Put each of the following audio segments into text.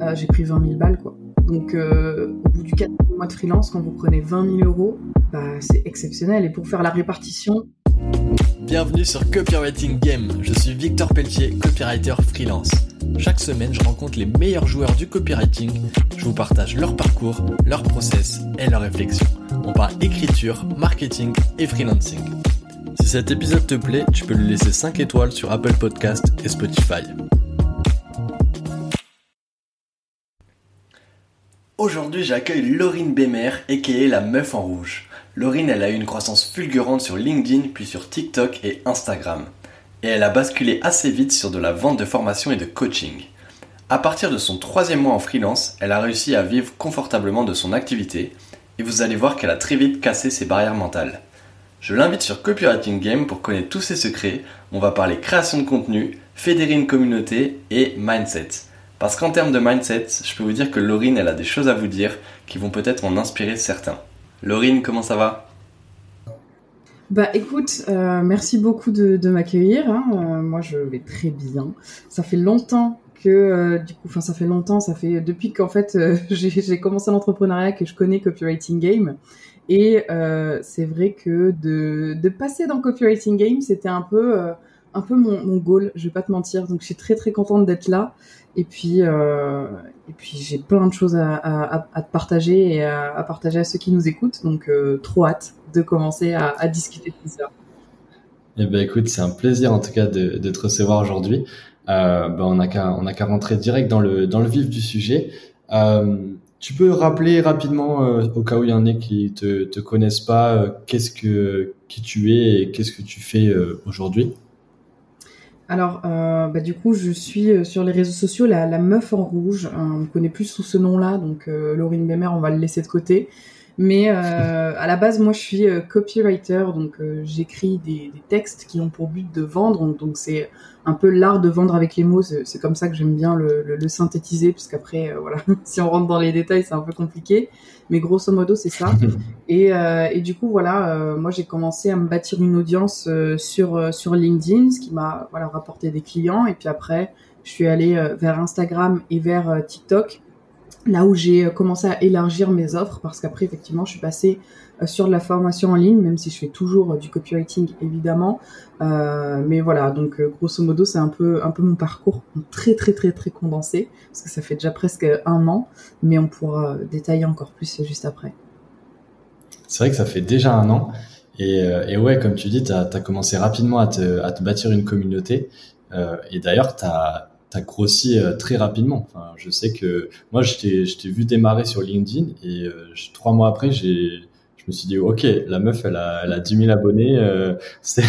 j'ai pris 20 000 balles, quoi. Donc, au bout du 4e mois de freelance, quand vous prenez 20 000 euros, c'est exceptionnel. Et pour faire la répartition... Bienvenue sur Copywriting Game. Je suis Victor Pelletier, copywriter freelance. Chaque semaine, je rencontre les meilleurs joueurs du copywriting. Je vous partage leur parcours, leur process et leurs réflexions. On parle écriture, marketing et freelancing. Si cet épisode te plaît, tu peux lui laisser 5 étoiles sur Apple Podcast et Spotify. Aujourd'hui, j'accueille Laurine Bémer, aka la meuf en rouge. Laurine, elle a eu une croissance fulgurante sur LinkedIn, puis sur TikTok et Instagram. Et elle a basculé assez vite sur de la vente de formation et de coaching. À partir de son 3e mois en freelance, elle a réussi à vivre confortablement de son activité, et vous allez voir qu'elle a très vite cassé ses barrières mentales. Je l'invite sur Copywriting Game pour connaître tous ses secrets. On va parler création de contenu, fédérer une communauté et mindset. Parce qu'en termes de mindset, je peux vous dire que Laurine, elle a des choses à vous dire qui vont peut-être en inspirer certains. Laurine, comment ça va ? Écoute, merci beaucoup de m'accueillir. Moi, je vais très bien. Ça fait longtemps que, ça fait depuis qu'en fait j'ai commencé l'entrepreneuriat que je connais Copywriting Game. Et c'est vrai que de passer dans Copywriting Game, c'était un peu mon goal. Je vais pas te mentir. Donc, je suis très très contente d'être là. Et puis j'ai plein de choses à te partager et à partager à ceux qui nous écoutent. Donc, trop hâte de commencer à discuter de tout ça. Eh ben, écoute, c'est un plaisir en tout cas de te recevoir aujourd'hui. On n'a qu'à rentrer direct dans le vif du sujet. Tu peux rappeler rapidement, au cas où il y en a qui te connaissent pas, qui tu es et qu'est-ce que tu fais aujourd'hui? Alors, du coup, je suis sur les réseaux sociaux la meuf en rouge. On me connaît plus sous ce nom-là, donc Laurine Bémer, on va le laisser de côté. Mais à la base, moi, je suis copywriter, donc j'écris des textes qui ont pour but de vendre. Donc c'est un peu l'art de vendre avec les mots. C'est comme ça que j'aime bien le synthétiser, parce qu'après, voilà, si on rentre dans les détails, c'est un peu compliqué. Mais grosso modo, c'est ça. Et du coup, voilà, moi, j'ai commencé à me bâtir une audience sur LinkedIn, ce qui m'a rapporté des clients. Et puis après, je suis allée vers Instagram et vers TikTok, là où j'ai commencé à élargir mes offres, parce qu'après, effectivement, je suis passée sur de la formation en ligne, même si je fais toujours du copywriting, évidemment. Mais voilà, donc grosso modo, c'est un peu mon parcours très, très, très, très condensé, parce que ça fait déjà presque 1 an, mais on pourra détailler encore plus juste après. C'est vrai que ça fait déjà 1 an. Et ouais, comme tu dis, t'as commencé rapidement à te bâtir une communauté. Et d'ailleurs, t'as grossi très rapidement. Enfin, je sais que moi, je t'ai vu démarrer sur LinkedIn et 3 mois après, je me suis dit, ok, la meuf, elle a 10 000 abonnés. Ça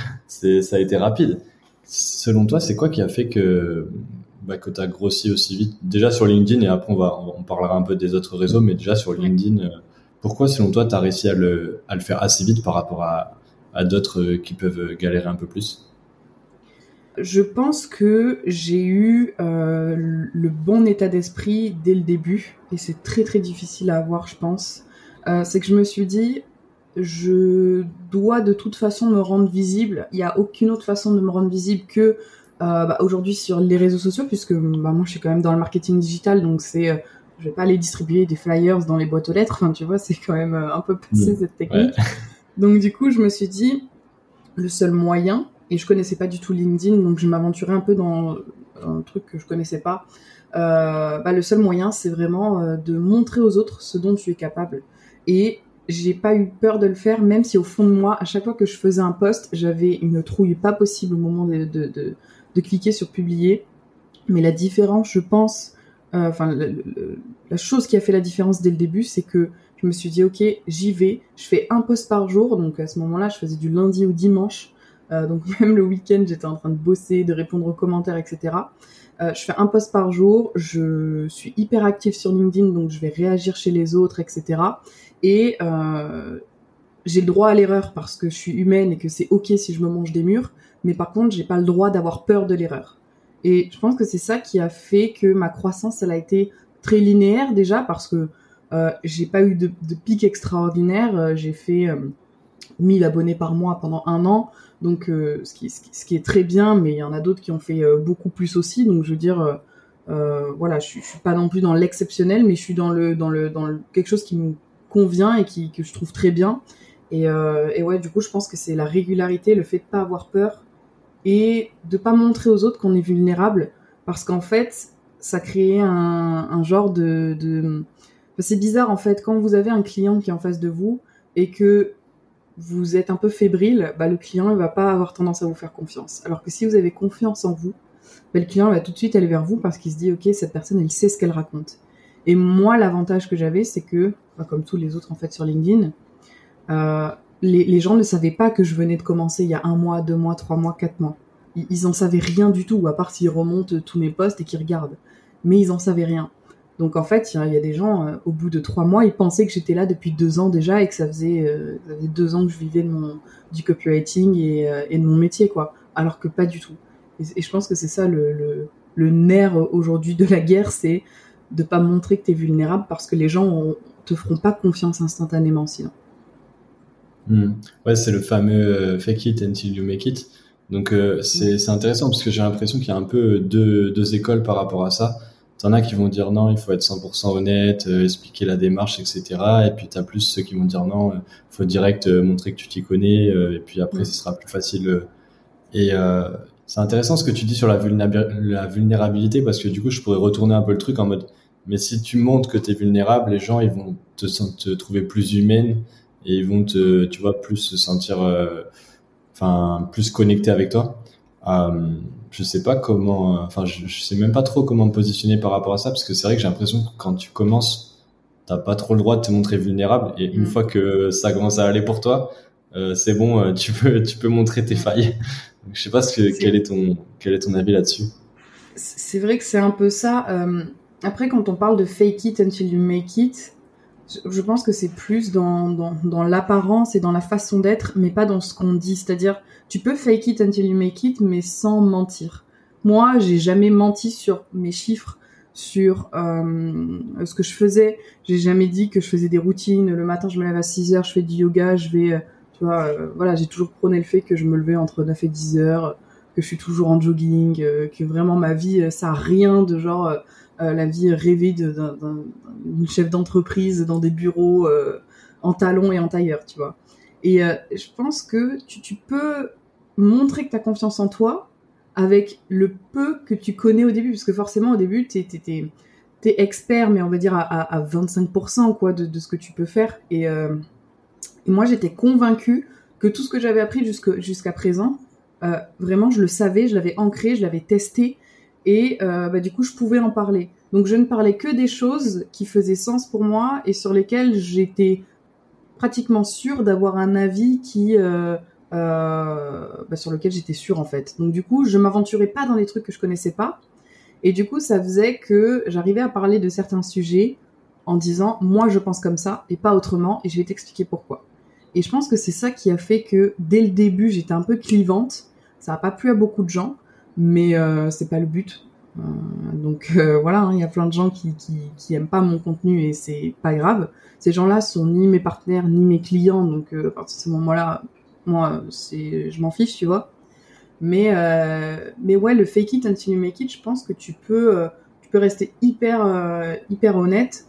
a été rapide. Selon toi, c'est quoi qui a fait que t'as grossi aussi vite? Déjà sur LinkedIn, et après on parlera un peu des autres réseaux, mais déjà sur LinkedIn, pourquoi selon toi t'as réussi à le faire assez vite par rapport à d'autres qui peuvent galérer un peu plus? Je pense que j'ai eu le bon état d'esprit dès le début, et c'est très très difficile à avoir, je pense. C'est que je me suis dit, je dois de toute façon me rendre visible. Il n'y a aucune autre façon de me rendre visible que aujourd'hui sur les réseaux sociaux, puisque moi je suis quand même dans le marketing digital, donc je vais pas aller distribuer des flyers dans les boîtes aux lettres. Enfin, tu vois, c'est quand même un peu passé cette technique. Ouais. Donc du coup, je me suis dit, le seul moyen, et je connaissais pas du tout LinkedIn, donc je m'aventurais un peu dans un truc que je connaissais pas. Le seul moyen, c'est vraiment de montrer aux autres ce dont tu es capable. Et j'ai pas eu peur de le faire, même si au fond de moi, à chaque fois que je faisais un post, j'avais une trouille pas possible au moment de cliquer sur publier. Mais la différence, je pense, la chose qui a fait la différence dès le début, c'est que je me suis dit, ok, j'y vais, je fais un post par jour. Donc à ce moment-là, je faisais du lundi au dimanche. Donc même le week-end, j'étais en train de bosser, de répondre aux commentaires, etc. Je fais un post par jour, je suis hyper active sur LinkedIn, donc je vais réagir chez les autres, etc. Et j'ai le droit à l'erreur parce que je suis humaine et que c'est ok si je me mange des murs, mais par contre, j'ai pas le droit d'avoir peur de l'erreur. Et je pense que c'est ça qui a fait que ma croissance, elle a été très linéaire déjà, parce que j'ai pas eu de pic extraordinaire. J'ai fait 1000 abonnés par mois pendant 1 an, donc ce qui est très bien, mais il y en a d'autres qui ont fait beaucoup plus aussi. Donc je veux dire, Voilà, je suis pas non plus dans l'exceptionnel, mais je suis dans quelque chose qui me convient et que je trouve très bien. Et ouais, du coup, je pense que c'est la régularité, le fait de pas avoir peur et de pas montrer aux autres qu'on est vulnérable, parce qu'en fait, ça crée un genre enfin, c'est bizarre en fait quand vous avez un client qui est en face de vous et que vous êtes un peu fébrile, bah, le client il va pas avoir tendance à vous faire confiance. Alors que si vous avez confiance en vous, bah, le client va tout de suite aller vers vous parce qu'il se dit ok, cette personne elle sait ce qu'elle raconte. Et moi l'avantage que j'avais c'est que, bah, comme tous les autres en fait sur LinkedIn, euh, les gens ne savaient pas que je venais de commencer il y a 1 mois, 2 mois, 3 mois, 4 mois. Ils en savaient rien du tout, à part s'ils remontent tous mes posts et qu'ils regardent. Mais ils en savaient rien. Donc en fait, il y a des gens, au bout de 3 mois, ils pensaient que j'étais là depuis 2 ans déjà et que ça faisait 2 ans que je vivais du copywriting et de mon métier, quoi. Alors que pas du tout. Et je pense que c'est ça le nerf aujourd'hui de la guerre, c'est de pas montrer que t'es vulnérable parce que les gens te feront pas confiance instantanément sinon. Ouais, c'est le fameux fake it until you make it. Donc c'est intéressant parce que j'ai l'impression qu'il y a un peu deux écoles par rapport à ça. T'en as qui vont dire non, il faut être 100% honnête, expliquer la démarche, etc. Et puis t'as plus ceux qui vont dire non, faut direct montrer que tu t'y connais, et puis après ce sera plus facile. Et c'est intéressant ce que tu dis sur la vulnérabilité parce que du coup je pourrais retourner un peu le truc en mode mais si tu montres que t'es vulnérable, les gens ils vont te trouver plus humaine et ils vont tu vois, plus se sentir, enfin, plus connectés avec toi. Je sais pas comment, enfin, je sais même pas trop comment me positionner par rapport à ça, parce que c'est vrai que j'ai l'impression que quand tu commences, t'as pas trop le droit de te montrer vulnérable, et une fois que ça commence à aller pour toi, c'est bon, tu peux montrer tes failles. Donc, je sais pas quel est ton avis là-dessus. C'est vrai que c'est un peu ça. Après, quand on parle de fake it until you make it, je pense que c'est plus dans l'apparence et dans la façon d'être, mais pas dans ce qu'on dit. C'est-à-dire, tu peux fake it until you make it, mais sans mentir. Moi, j'ai jamais menti sur mes chiffres, sur ce que je faisais. J'ai jamais dit que je faisais des routines. Le matin, je me lève à 6 heures, je fais du yoga, je vais... tu vois, voilà, j'ai toujours prôné le fait que je me levais entre 9 et 10 heures, que je suis toujours en jogging, que vraiment ma vie, ça a rien de genre... la vie rêvée d'une chef d'entreprise dans des bureaux en talons et en tailleur, tu vois. Et je pense que tu peux montrer que tu as confiance en toi avec le peu que tu connais au début, parce que forcément au début t'es expert, mais on va dire à 25% quoi, de ce que tu peux faire. Et moi j'étais convaincue que tout ce que j'avais appris jusqu'à présent, vraiment je le savais, je l'avais ancré, je l'avais testé, et bah, du coup je pouvais en parler. Donc je ne parlais que des choses qui faisaient sens pour moi et sur lesquelles j'étais pratiquement sûre d'avoir un avis bah, sur lequel j'étais sûre en fait. Donc du coup je m'aventurais pas dans les trucs que je connaissais pas, et du coup ça faisait que j'arrivais à parler de certains sujets en disant moi je pense comme ça et pas autrement, et je vais t'expliquer pourquoi. Et je pense que c'est ça qui a fait que dès le début j'étais un peu clivante. Ça a pas plu à beaucoup de gens, mais c'est pas le but. Donc voilà, hein, il y a plein de gens qui aiment pas mon contenu et c'est pas grave. Ces gens-là sont ni mes partenaires ni mes clients, donc à partir de ce moment-là, moi je m'en fiche, tu vois. Mais ouais, le fake it until you make it, je pense que tu peux rester hyper honnête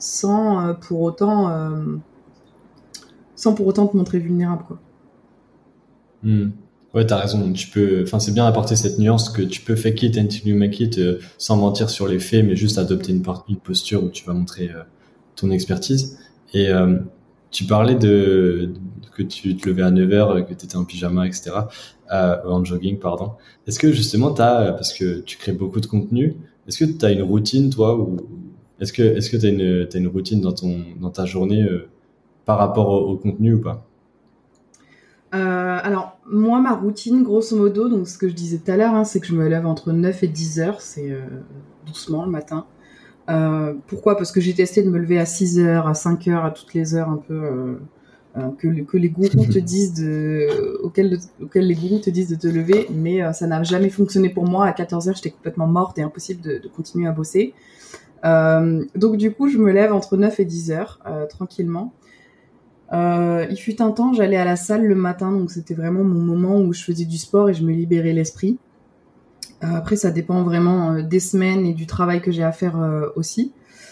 sans pour autant te montrer vulnérable, quoi. Ouais, t'as raison. Enfin, c'est bien d'apporter cette nuance que tu peux fake it until you make it, sans mentir sur les faits, mais juste adopter une posture où tu vas montrer ton expertise. Et tu parlais que tu te levais à 9 heures, que tu étais en pyjama, etc., en jogging, pardon. Est-ce que justement parce que tu crées beaucoup de contenu, est-ce que tu as une routine, toi, ou est-ce que t'as une routine dans ta journée par rapport au contenu ou pas? Alors, moi, ma routine, grosso modo, donc ce que je disais tout à l'heure, hein, c'est que je me lève entre 9 et 10 heures, c'est doucement le matin. Pourquoi ? Parce que j'ai testé de me lever à 6 heures, à 5 heures, à toutes les heures un peu que les gourous te disent auxquels les gourous te disent de te lever, mais ça n'a jamais fonctionné pour moi. À 14 heures, j'étais complètement morte et impossible de continuer à bosser. Donc du coup, je me lève entre 9 et 10 heures, tranquillement. Il fut un temps, j'allais à la salle le matin, donc c'était vraiment mon moment où je faisais du sport et je me libérais l'esprit. Après, ça dépend vraiment des semaines et du travail que j'ai à faire aussi.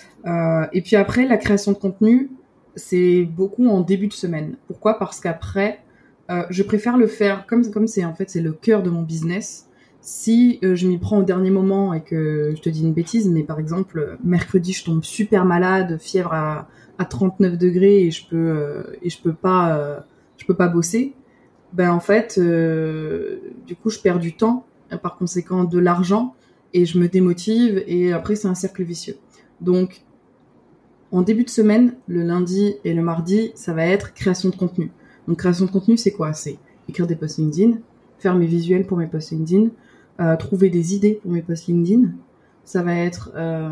Et puis après, la création de contenu, c'est beaucoup en début de semaine. Pourquoi ? Parce qu'après, je préfère le faire comme c'est en fait c'est le cœur de mon business. Si je m'y prends au dernier moment et que je te dis une bêtise, mais par exemple mercredi je tombe super malade, fièvre à 39 degrés et je peux pas bosser, ben en fait du coup je perds du temps, par conséquent de l'argent, et je me démotive et après c'est un cercle vicieux. Donc en début de semaine, le lundi et le mardi, ça va être création de contenu. Donc création de contenu, c'est quoi ? C'est écrire des posts LinkedIn, faire mes visuels pour mes posts LinkedIn, trouver des idées pour mes posts LinkedIn. Ça va être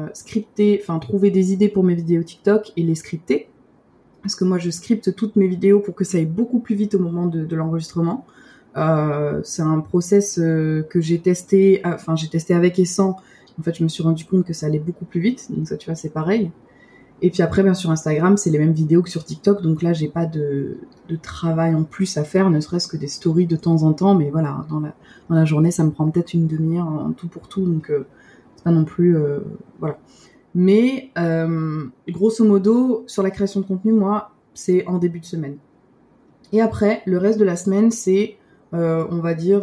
trouver des idées pour mes vidéos TikTok et les scripter. Parce que moi, je scripte toutes mes vidéos pour que ça aille beaucoup plus vite au moment de l'enregistrement. C'est un process que j'ai testé avec et sans. En fait, je me suis rendu compte que ça allait beaucoup plus vite. Donc ça, tu vois, c'est pareil. Et puis après, bien sûr, Instagram, c'est les mêmes vidéos que sur TikTok. Donc là, j'ai pas de travail en plus à faire, ne serait-ce que des stories de temps en temps. Mais voilà, dans la journée, ça me prend peut-être une demi-heure en tout pour tout. Donc, c'est pas non plus... voilà. Mais, grosso modo, sur la création de contenu, moi, c'est en début de semaine. Et après, le reste de la semaine, c'est, on va dire,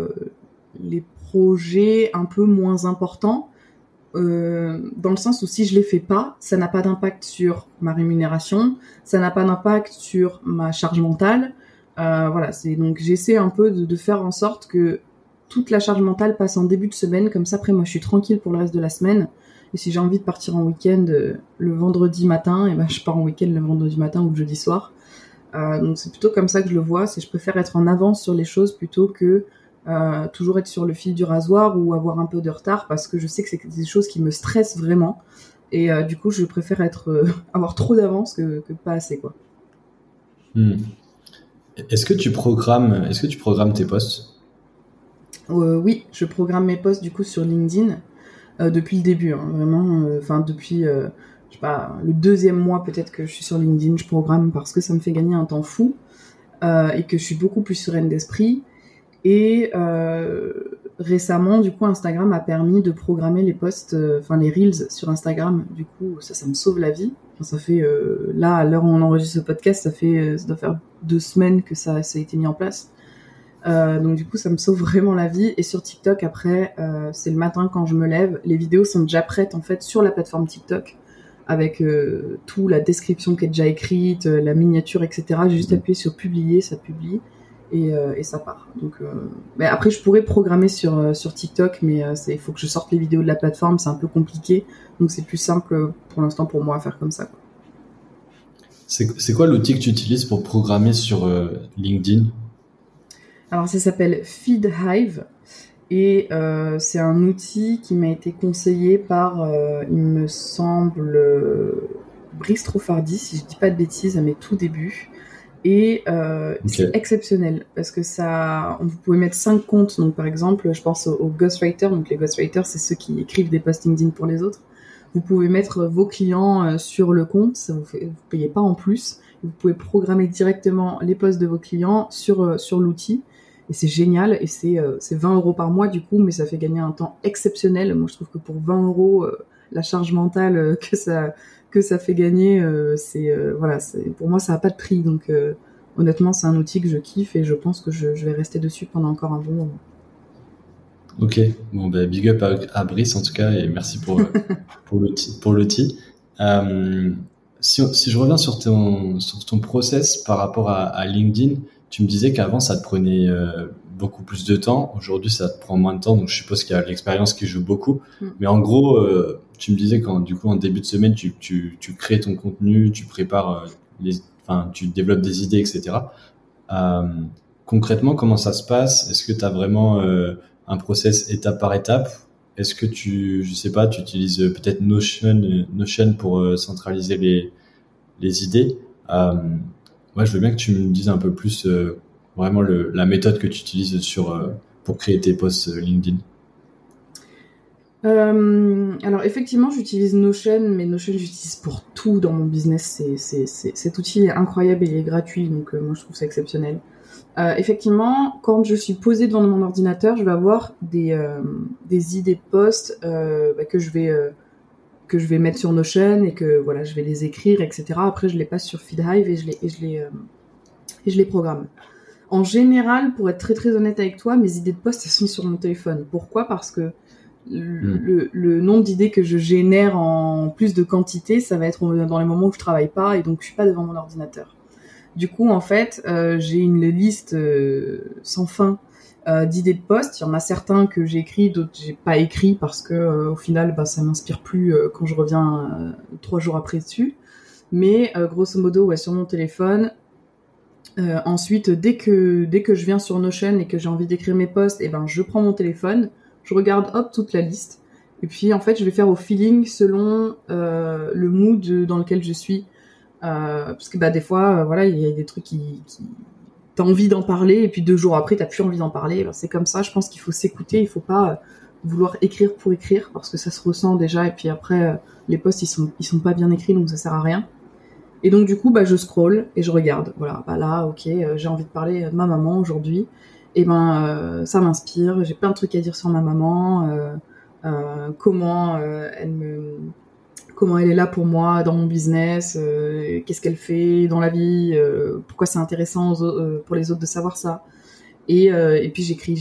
les projets un peu moins importants. Dans le sens où si je les fais pas, ça n'a pas d'impact sur ma rémunération, ça n'a pas d'impact sur ma charge mentale. Voilà, donc j'essaie un peu de faire en sorte que toute la charge mentale passe en début de semaine, comme ça après moi je suis tranquille pour le reste de la semaine. Et si j'ai envie de partir en week-end le vendredi matin, et ben je pars en week-end le vendredi matin ou le jeudi soir. Donc c'est plutôt comme ça que je le vois, c'est je préfère être en avance sur les choses plutôt que toujours être sur le fil du rasoir ou avoir un peu de retard, parce que je sais que c'est des choses qui me stressent vraiment, et du coup je préfère avoir trop d'avance que pas assez, quoi. Est-ce que tu programmes tes posts ? Oui, je programme mes posts du coup sur LinkedIn depuis le début, hein, vraiment, depuis je sais pas, le 2e mois peut-être que je suis sur LinkedIn, je programme parce que ça me fait gagner un temps fou et que je suis beaucoup plus sereine d'esprit. Et récemment, du coup, Instagram a permis de programmer les posts, les Reels sur Instagram. Du coup, ça me sauve la vie. Ça fait, là, à l'heure où on enregistre ce podcast, ça doit faire 2 semaines que ça a été mis en place. Donc du coup, ça me sauve vraiment la vie. Et sur TikTok, après, c'est le matin quand je me lève. Les vidéos sont déjà prêtes, en fait, sur la plateforme TikTok, avec tout, la description qui est déjà écrite, la miniature, etc. J'ai juste appuyé sur publier, ça publie. Et ça part. Donc, mais après, je pourrais programmer sur TikTok, mais il faut que je sorte les vidéos de la plateforme, c'est un peu compliqué. Donc, c'est plus simple pour l'instant pour moi à faire comme ça, quoi. C'est quoi l'outil que tu utilises pour programmer sur LinkedIn ? Alors, ça s'appelle FeedHive. Et c'est un outil qui m'a été conseillé par, il me semble, Brice Trofardi, si je dis pas de bêtises, à mes tout débuts. Et c'est exceptionnel parce que vous pouvez mettre 5 comptes. Donc par exemple, je pense aux ghostwriters. Donc les ghostwriters, c'est ceux qui écrivent des posts LinkedIn pour les autres. Vous pouvez mettre vos clients sur le compte, vous payez pas en plus. Vous pouvez programmer directement les posts de vos clients sur l'outil. Et c'est génial. Et c'est 20 € par mois du coup, mais ça fait gagner un temps exceptionnel. Moi je trouve que pour 20 €, la charge mentale que ça fait gagner, pour moi ça n'a pas de prix, donc honnêtement c'est un outil que je kiffe et je pense que je vais rester dessus pendant encore un bon moment. Ok, bon big up à Brice en tout cas, et merci pour l'outil. Si je reviens sur ton process par rapport à LinkedIn, tu me disais qu'avant ça te prenait beaucoup plus de temps. Aujourd'hui ça te prend moins de temps, donc je suppose qu'il y a l'expérience qui joue beaucoup. Mais en gros, tu me disais qu'en début de semaine tu crées ton contenu, tu prépares tu développes des idées, etc. Concrètement, comment ça se passe ? Est-ce que tu as vraiment un process étape par étape ? Est-ce que tu utilises peut-être Notion pour centraliser les idées ? Moi, je veux bien que tu me dises un peu plus vraiment la méthode que tu utilises pour créer tes posts LinkedIn. Alors effectivement, j'utilise Notion, mais Notion j'utilise pour tout dans mon business. Cet outil est incroyable et il est gratuit, donc moi je trouve ça exceptionnel. Effectivement, quand je suis posée devant mon ordinateur, je vais avoir des idées de posts que je vais mettre sur Notion et que voilà, je vais les écrire, etc. Après, je les passe sur Feedhive et je les programme. En général, pour être très très honnête avec toi, mes idées de posts, elles sont sur mon téléphone. Pourquoi ? Parce que le nombre d'idées que je génère en plus de quantité, ça va être dans les moments où je travaille pas et donc je suis pas devant mon ordinateur. Du coup, en fait, j'ai une liste sans fin d'idées de posts. Il y en a certains que j'ai écrits, d'autres j'ai pas écrits parce que au final, ça m'inspire plus quand je reviens 3 jours après dessus. Mais grosso modo, ouais, sur mon téléphone. Ensuite, dès que je viens sur Notion et que j'ai envie d'écrire mes posts, je prends mon téléphone, je regarde toute la liste. Et puis, en fait, je vais faire au feeling selon le mood dans lequel je suis. Parce que des fois, voilà, il y a des trucs qui t'as envie d'en parler et puis 2 jours après, t'as plus envie d'en parler. C'est comme ça. Je pense qu'il faut s'écouter. Il faut pas vouloir écrire pour écrire parce que ça se ressent déjà. Et puis après, les posts ils sont pas bien écrits, donc ça sert à rien. Et donc du coup, je scrolle et je regarde. Voilà, là, ok, j'ai envie de parler de ma maman aujourd'hui. Et ça m'inspire. J'ai plein de trucs à dire sur ma maman. Comment elle est là pour moi dans mon business. Qu'est-ce qu'elle fait dans la vie. Pourquoi c'est intéressant pour les autres de savoir ça. Et puis j'écris.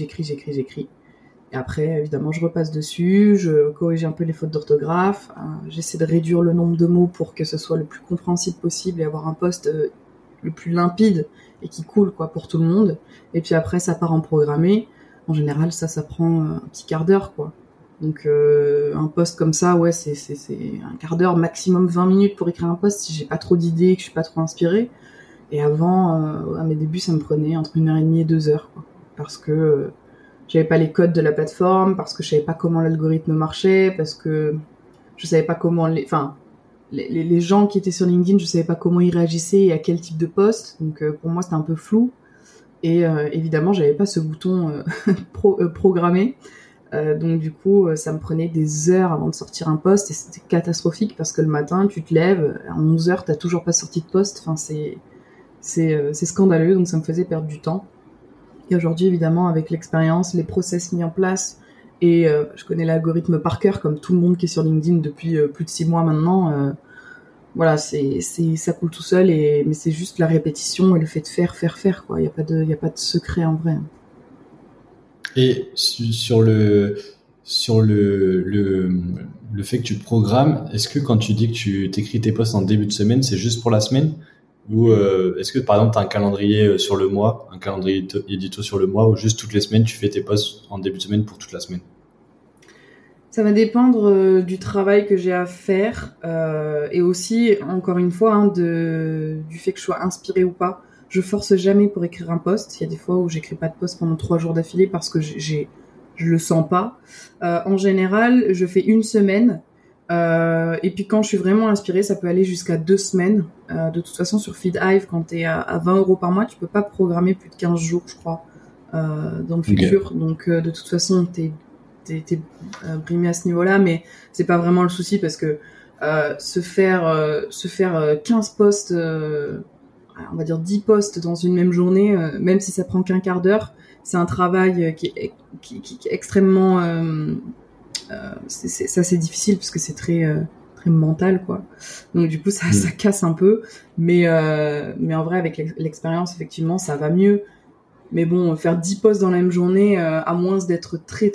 Et après, évidemment, je repasse dessus, je corrige un peu les fautes d'orthographe, j'essaie de réduire le nombre de mots pour que ce soit le plus compréhensible possible et avoir un post le plus limpide et qui coule pour tout le monde. Et puis après, ça part en programmé. En général, ça prend un petit quart d'heure, quoi. Donc un post comme ça, ouais, c'est un quart d'heure, maximum 20 minutes pour écrire un post si j'ai pas trop d'idées, que je suis pas trop inspirée. Et avant, à mes débuts, ça me prenait entre 1h30 et 2 heures, quoi. Parce que j'avais pas les codes de la plateforme, parce que je savais pas comment l'algorithme marchait, parce que je savais pas comment les gens qui étaient sur LinkedIn, je savais pas comment ils réagissaient et à quel type de post. Donc pour moi, c'était un peu flou. Et évidemment, j'avais pas ce bouton programmé. Donc du coup, ça me prenait des heures avant de sortir un post et c'était catastrophique parce que le matin, tu te lèves, à 11h, t'as toujours pas sorti de post. Enfin, c'est scandaleux, donc ça me faisait perdre du temps. Et aujourd'hui, évidemment, avec l'expérience, les process mis en place, et je connais l'algorithme par cœur, comme tout le monde qui est sur LinkedIn depuis plus de 6 mois maintenant. Voilà, ça coule tout seul, mais c'est juste la répétition et le fait de faire, quoi. Il y a pas de secret en vrai. Et sur le fait que tu programmes, est-ce que quand tu dis que tu t'écris tes posts en début de semaine, c'est juste pour la semaine? Ou est-ce que par exemple tu as un calendrier sur le mois, un calendrier édito sur le mois, ou juste toutes les semaines tu fais tes posts en début de semaine pour toute la semaine? Ça va dépendre du travail que j'ai à faire et aussi, encore une fois, du fait que je sois inspirée ou pas. Je force jamais pour écrire un post. Il y a des fois où j'écris pas de post pendant 3 jours d'affilée parce que je le sens pas. En général, je fais une semaine. Et puis quand je suis vraiment inspirée, ça peut aller jusqu'à 2 semaines. De toute façon, sur Feedhive, quand t'es à 20 € par mois, tu peux pas programmer plus de 15 jours, je crois, dans le futur. Okay. Donc de toute façon, t'es brimé à ce niveau-là, mais c'est pas vraiment le souci parce que se faire 15 posts, on va dire 10 posts dans une même journée, même si ça prend qu'un quart d'heure, c'est un travail qui est extrêmement c'est difficile parce que c'est très mental, quoi. Donc du coup ça casse un peu, mais en vrai avec l'expérience effectivement ça va mieux. Mais bon, faire 10 posts dans la même journée, à moins d'être très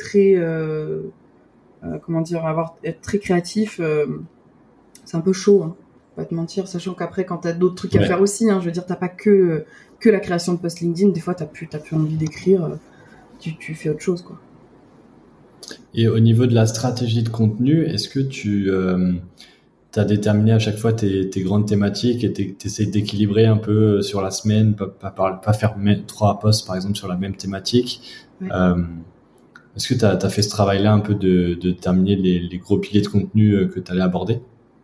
être très créatif, c'est un peu chaud, hein. Pas te mentir, sachant qu'après quand t'as d'autres trucs à faire aussi, hein, je veux dire t'as pas que la création de posts LinkedIn, des fois t'as plus envie d'écrire, tu fais autre chose, quoi. Et au niveau de la stratégie de contenu, est-ce que tu as déterminé à chaque fois tes grandes thématiques et t'essayes d'équilibrer un peu sur la semaine, pas faire 3 posts par exemple sur la même thématique? Ouais. Est-ce que tu as fait ce travail-là un peu de déterminer les gros piliers de contenu que tu allais aborder?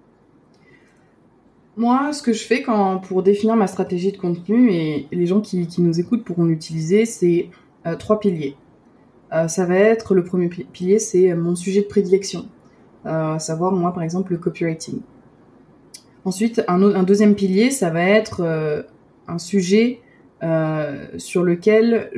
Moi, ce que je fais pour définir ma stratégie de contenu, et les gens qui nous écoutent pourront l'utiliser, c'est 3 piliers. Ça va être, le premier pilier, c'est mon sujet de prédilection. À savoir, moi, par exemple, le copywriting. Ensuite, un deuxième pilier, ça va être un sujet sur lequel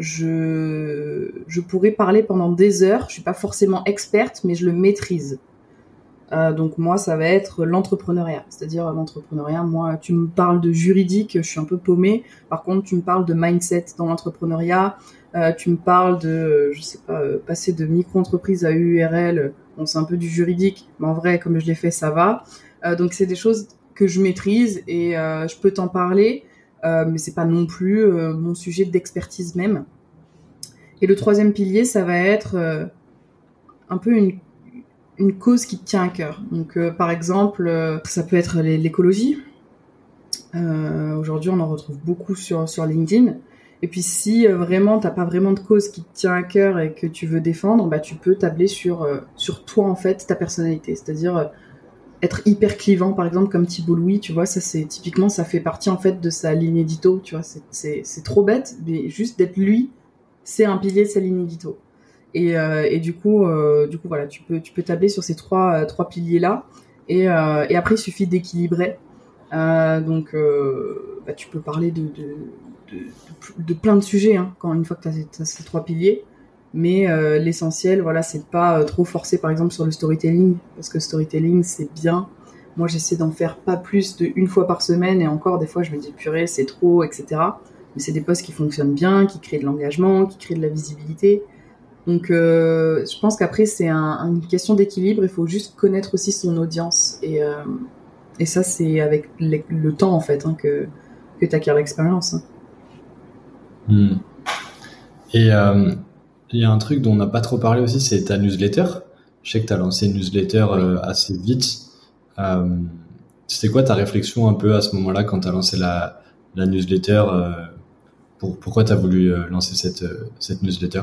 je pourrais parler pendant des heures. Je suis pas forcément experte, mais je le maîtrise. Donc moi, ça va être l'entrepreneuriat. C'est-à-dire l'entrepreneuriat, moi, tu me parles de juridique, je suis un peu paumée. Par contre, tu me parles de mindset dans l'entrepreneuriat. Tu me parles de, je sais pas, passer de micro-entreprise à URL. Bon, c'est un peu du juridique, mais en vrai, comme je l'ai fait, ça va. Donc c'est des choses que je maîtrise et je peux t'en parler, mais c'est pas non plus mon sujet d'expertise même. Et le troisième pilier, ça va être un peu une cause qui te tient à cœur. Donc par exemple, ça peut être l'écologie. Aujourd'hui, on en retrouve beaucoup sur LinkedIn. Et puis si vraiment t'as pas vraiment de cause qui te tient à cœur et que tu veux défendre, bah tu peux tabler sur toi en fait, ta personnalité. C'est-à-dire être hyper clivant, par exemple, comme Thibault Louis, tu vois, ça c'est typiquement, ça fait partie en fait de sa ligne édito, tu vois, c'est trop bête, mais juste d'être lui, c'est un pilier de sa ligne édito. Et du coup voilà, tu peux tabler sur ces trois piliers là, et après il suffit d'équilibrer. Donc bah, tu peux parler de plein de sujets, hein, quand une fois que t'as ces trois piliers. Mais l'essentiel, voilà, c'est de pas trop forcer, par exemple, sur le storytelling, parce que storytelling, c'est bien. Moi, j'essaie d'en faire pas plus d'une fois par semaine, et encore, des fois, je me dis, purée, c'est trop, etc. Mais c'est des posts qui fonctionnent bien, qui créent de l'engagement, qui créent de la visibilité. Donc, je pense qu'après, c'est une question d'équilibre. Il faut juste connaître aussi son audience. Et ça, c'est avec le temps, en fait, hein, que t'acquiers l'expérience. Hein. Mmh. Et il y a un truc dont on n'a pas trop parlé aussi, c'est ta newsletter. Je sais que tu as lancé une newsletter assez vite. C'était quoi ta réflexion un peu à ce moment-là quand tu as lancé la newsletter pourquoi tu as voulu lancer cette newsletter?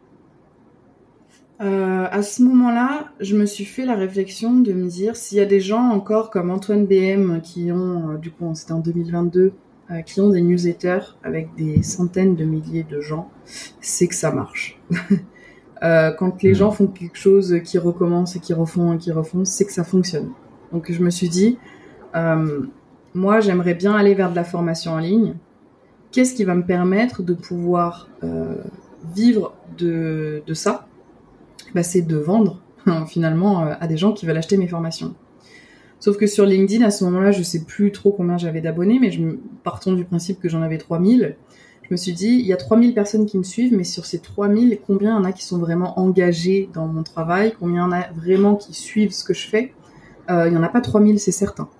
À ce moment-là, je me suis fait la réflexion de me dire s'il y a des gens encore comme Antoine BM qui ont, du coup c'était en 2022, qui ont des newsletters avec des centaines de milliers de gens, c'est que ça marche. Quand les gens font quelque chose, qui recommencent et qui refont, c'est que ça fonctionne. Donc je me suis dit, moi j'aimerais bien aller vers de la formation en ligne. Qu'est-ce qui va me permettre de pouvoir vivre de ça? Bah, c'est de vendre finalement à des gens qui veulent acheter mes formations. Sauf que sur LinkedIn, à ce moment-là, je sais plus trop combien j'avais d'abonnés, mais partons du principe que j'en avais 3000. Je me suis dit, il y a 3000 personnes qui me suivent, mais sur ces 3000, combien il y en a qui sont vraiment engagés dans mon travail? Combien il y en a vraiment qui suivent ce que je fais? Il y en a pas 3000, c'est certain.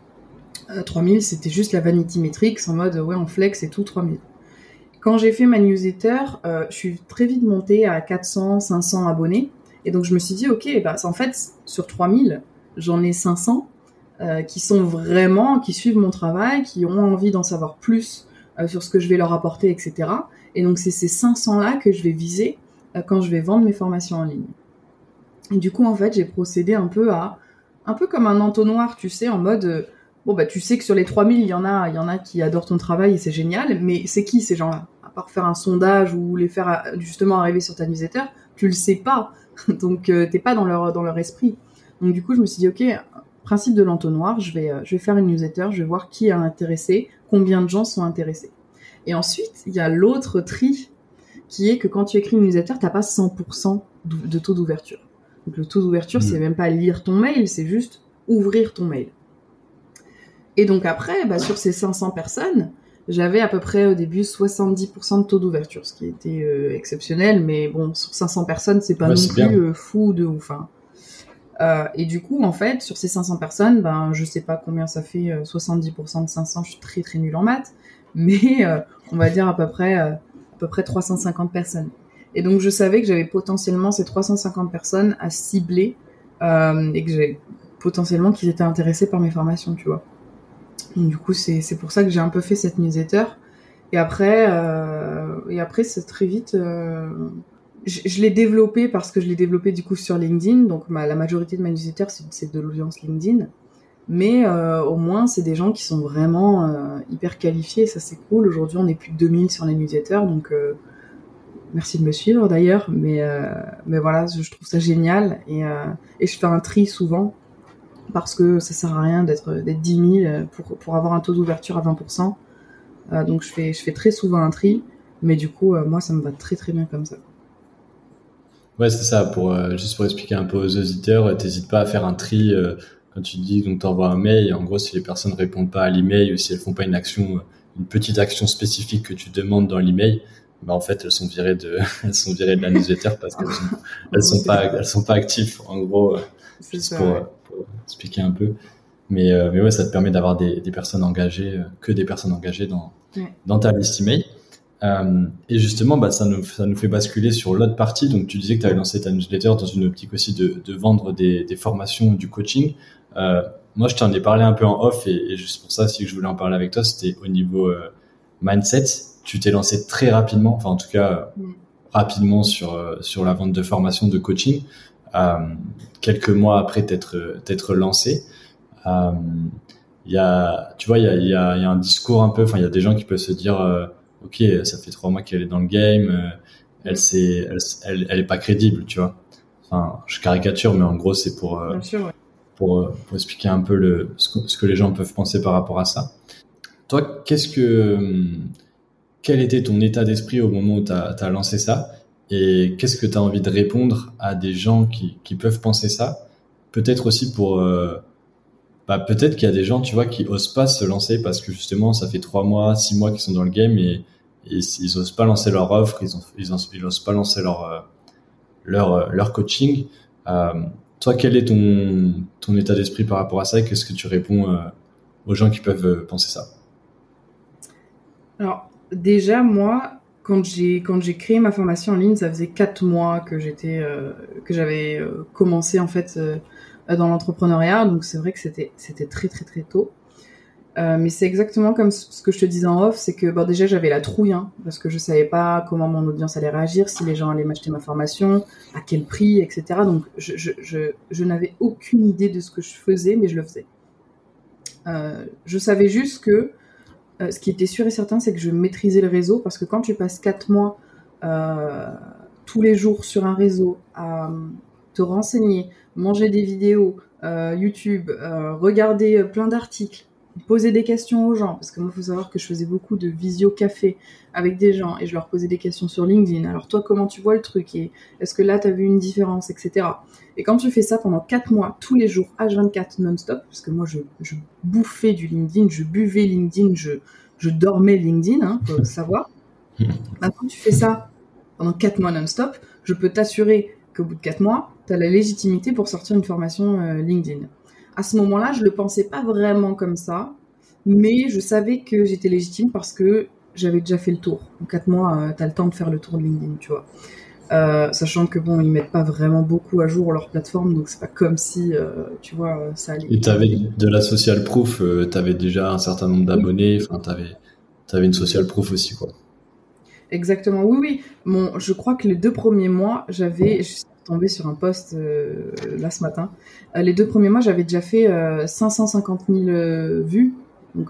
3000, c'était juste la vanity metrics, en mode, ouais, on flex et tout, 3000. Quand j'ai fait ma newsletter, je suis très vite montée à 400, 500 abonnés. Et donc, je me suis dit, ok, bah, en fait, sur 3000, j'en ai 500 qui sont vraiment, qui suivent mon travail, qui ont envie d'en savoir plus sur ce que je vais leur apporter, etc. Et donc, c'est ces 500-là que je vais viser quand je vais vendre mes formations en ligne. Et du coup, en fait, j'ai procédé un peu comme un entonnoir, tu sais, en mode... bon, bah, tu sais que sur les 3000, il y en a qui adorent ton travail et c'est génial, mais c'est qui ces gens-là? À part faire un sondage ou les faire justement arriver sur ta newsletter, tu le sais pas. Donc, t'es pas dans leur esprit. Donc, du coup, je me suis dit, ok, principe de l'entonnoir, je vais faire une newsletter, je vais voir qui est intéressé, combien de gens sont intéressés. Et ensuite, il y a l'autre tri qui est que quand tu écris une newsletter, t'as pas 100% de taux d'ouverture. Donc, le taux d'ouverture, c'est même pas lire ton mail, c'est juste ouvrir ton mail. Et donc après, bah, sur ces 500 personnes, j'avais à peu près au début 70% de taux d'ouverture, ce qui était exceptionnel, mais bon, sur 500 personnes, c'est pas non plus fou de ouf. Hein. Et du coup, en fait, sur ces 500 personnes, ben, je sais pas combien ça fait, 70% de 500, je suis très très nulle en maths, mais on va dire à peu près 350 personnes. Et donc, je savais que j'avais potentiellement ces 350 personnes à cibler et que j'avais potentiellement qu'ils étaient intéressés par mes formations, tu vois. Donc, du coup, c'est pour ça que j'ai un peu fait cette newsletter. Et après, c'est très vite... Je l'ai développé parce que je l'ai développé du coup sur LinkedIn. Donc, la majorité de ma newsletter, c'est de l'audience LinkedIn. Mais au moins, c'est des gens qui sont vraiment hyper qualifiés. Ça, c'est cool. Aujourd'hui, on est plus de 2000 sur les newsletters. Donc, merci de me suivre d'ailleurs. Mais voilà, je trouve ça génial. Et je fais un tri souvent. Parce que ça sert à rien d'être 10 000 pour avoir un taux d'ouverture à 20%. Donc je fais très souvent un tri, mais du coup, moi, ça me va très très bien comme ça. Ouais, c'est ça. Juste pour expliquer un peu aux auditeurs, t'hésites pas à faire un tri quand tu dis donc t'envoies un mail. En gros, si les personnes répondent pas à l'email ou si elles font pas une petite action spécifique que tu demandes dans l'email, bah en fait elles sont virées elles sont virées de la newsletter parce elles sont pas actives. En gros, C'est juste ça, ouais. pour expliquer un peu. Mais ouais, ça te permet d'avoir des personnes engagées, que des personnes engagées Ouais. dans ta liste email. Et justement, bah, ça nous fait basculer sur l'autre partie. Donc, tu disais que tu avais lancé ta newsletter dans une optique aussi de vendre des formations, du coaching. Moi, je t'en ai parlé un peu en off et juste pour ça, aussi que je voulais en parler avec toi, c'était au niveau mindset. Tu t'es lancé très rapidement, enfin en tout cas rapidement sur la vente de formations de coaching. Quelques mois après t'être lancé. Il y a un discours un peu, enfin, il y a des gens qui peuvent se dire, ok, ça fait 3 mois qu'elle est dans le game, elle est pas crédible, tu vois. Enfin, je caricature, mais en gros, c'est Bien sûr, ouais. pour expliquer un peu ce que les gens peuvent penser par rapport à ça. Toi, quel était ton état d'esprit au moment où t'as lancé ça? Et qu'est-ce que tu as envie de répondre à des gens qui peuvent penser ça? Peut-être aussi peut-être qu'il y a des gens, tu vois, qui osent pas se lancer parce que justement, ça fait 3 mois, 6 mois qu'ils sont dans le game et ils osent pas lancer leur offre, ils osent pas lancer leur coaching. Euh, Toi, quel est ton état d'esprit par rapport à ça et qu'est-ce que tu réponds aux gens qui peuvent penser ça? Alors, déjà, moi, quand j'ai créé ma formation en ligne, ça faisait 4 mois que j'avais commencé, en fait, dans l'entrepreneuriat. Donc, c'est vrai que c'était très, très, très tôt. Mais c'est exactement comme ce que je te disais en off, c'est que bon, déjà j'avais la trouille, hein, parce que je savais pas comment mon audience allait réagir, si les gens allaient m'acheter ma formation, à quel prix, etc. Donc je n'avais aucune idée de ce que je faisais, mais je le faisais. Je savais juste que ce qui était sûr et certain, c'est que je maîtrisais le réseau, parce que quand tu passes 4 mois euh, tous les jours sur un réseau à te renseigner, manger des vidéos, YouTube, regarder plein d'articles, poser des questions aux gens, parce que moi, il faut savoir que je faisais beaucoup de visio café avec des gens et je leur posais des questions sur LinkedIn. Alors toi, comment tu vois le truc et est-ce que là, tu as vu une différence, etc. Et quand tu fais ça pendant 4 mois, tous les jours, H24 non-stop, parce que moi, je bouffais du LinkedIn, je buvais LinkedIn, je dormais LinkedIn, hein, faut savoir. Maintenant, tu fais ça pendant 4 mois non-stop, je peux t'assurer qu'au bout de 4 mois, tu as la légitimité pour sortir une formation LinkedIn. À ce moment-là, je le pensais pas vraiment comme ça, mais je savais que j'étais légitime parce que j'avais déjà fait le tour. En 4 mois, tu as le temps de faire le tour de LinkedIn, tu vois. Sachant que bon, ils mettent pas vraiment beaucoup à jour leur plateforme, donc c'est pas comme si, tu vois, ça allait Et hyper t'avais vite. de la social proof, t'avais déjà un certain nombre Oui, d'abonnés, enfin t'avais une social proof aussi quoi. exactement. Oui, oui. Je crois que les 2 premiers mois, je suis tombée sur un post là ce matin. Les 2 premiers mois, j'avais déjà fait 550 000 vues, donc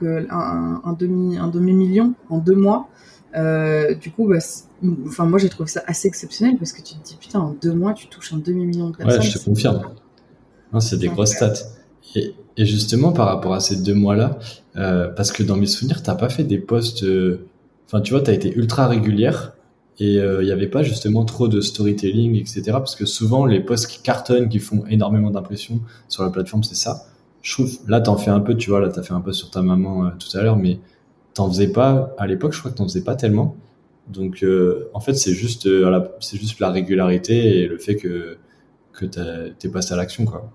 un demi-million en 2 mois. Du coup, bah, enfin, moi j'ai trouvé ça assez exceptionnel parce que tu te dis putain, en 2 mois, tu touches un demi-million de Ouais, personnes, je te confirme. Non, c'est des c'est grosses incroyable. stats. Et justement, par rapport à ces 2 mois-là, parce que dans mes souvenirs, t'as pas fait des posts. Enfin, tu vois, t'as été ultra régulière et il y avait pas justement trop de storytelling, etc. Parce que souvent, les posts qui cartonnent, qui font énormément d'impression sur la plateforme, c'est ça. Je trouve, là, t'en fais un peu, tu vois, là, t'as fait un post sur ta maman tout à l'heure, mais t'en faisais pas, à l'époque, je crois que t'en faisais pas tellement. Donc, en fait, c'est juste la régularité et le fait que t'es passé à l'action, quoi.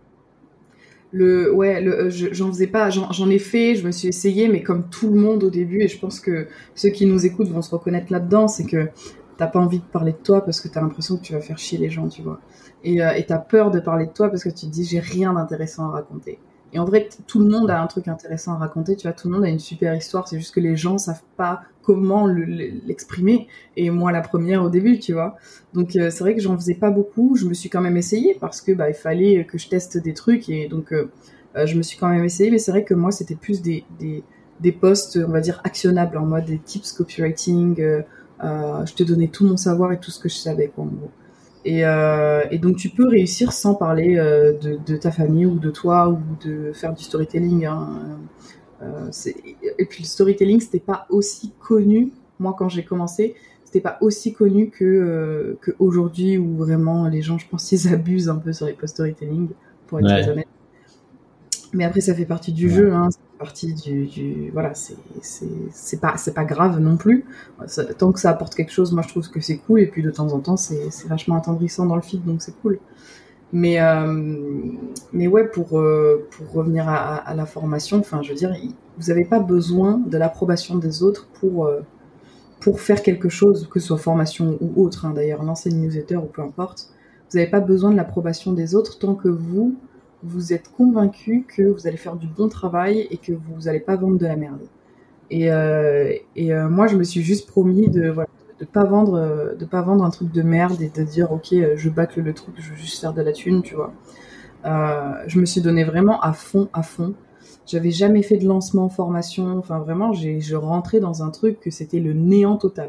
J'en faisais pas, j'en ai fait, je me suis essayée, mais comme tout le monde au début, et je pense que ceux qui nous écoutent vont se reconnaître là-dedans, c'est que t'as pas envie de parler de toi parce que t'as l'impression que tu vas faire chier les gens, tu vois. Et t'as peur de parler de toi parce que tu te dis j'ai rien d'intéressant à raconter. Et en vrai, tout le monde a un truc intéressant à raconter, tu vois, tout le monde a une super histoire, c'est juste que les gens savent pas comment l'exprimer. Et moi, la première au début, tu vois. Donc c'est vrai que j'en faisais pas beaucoup. Je me suis quand même essayée parce que bah il fallait que je teste des trucs et donc je me suis quand même essayée. Mais c'est vrai que moi c'était plus des posts on va dire actionnables en mode des tips copywriting. Je te donnais tout mon savoir et tout ce que je savais quoi en gros. Et donc tu peux réussir sans parler de ta famille ou de toi ou de faire du storytelling. Hein. Et puis le storytelling, c'était pas aussi connu. Moi, quand j'ai commencé, c'était pas aussi connu que aujourd'hui où vraiment les gens, je pense, ils abusent un peu sur les post-storytelling, pour être très honnête. Mais après, ça fait partie du jeu, hein, ça fait partie voilà, c'est pas grave non plus. Tant que ça apporte quelque chose, moi je trouve que c'est cool. Et puis de temps en temps, c'est vachement attendrissant dans le feed, donc c'est cool. Mais ouais, pour revenir à la formation, enfin, je veux dire, vous n'avez pas besoin de l'approbation des autres pour faire quelque chose, que ce soit formation ou autre, hein, d'ailleurs, lancer une newsletter ou peu importe. Vous n'avez pas besoin de l'approbation des autres tant que vous êtes convaincu que vous allez faire du bon travail et que vous n'allez pas vendre de la merde. Et moi, je me suis juste promis de pas vendre un truc de merde et de dire ok, je bâcle le truc, je veux juste faire de la thune, tu vois. Je me suis donné vraiment à fond. J'avais jamais fait de lancement, formation, enfin vraiment, je rentrais dans un truc que c'était le néant total.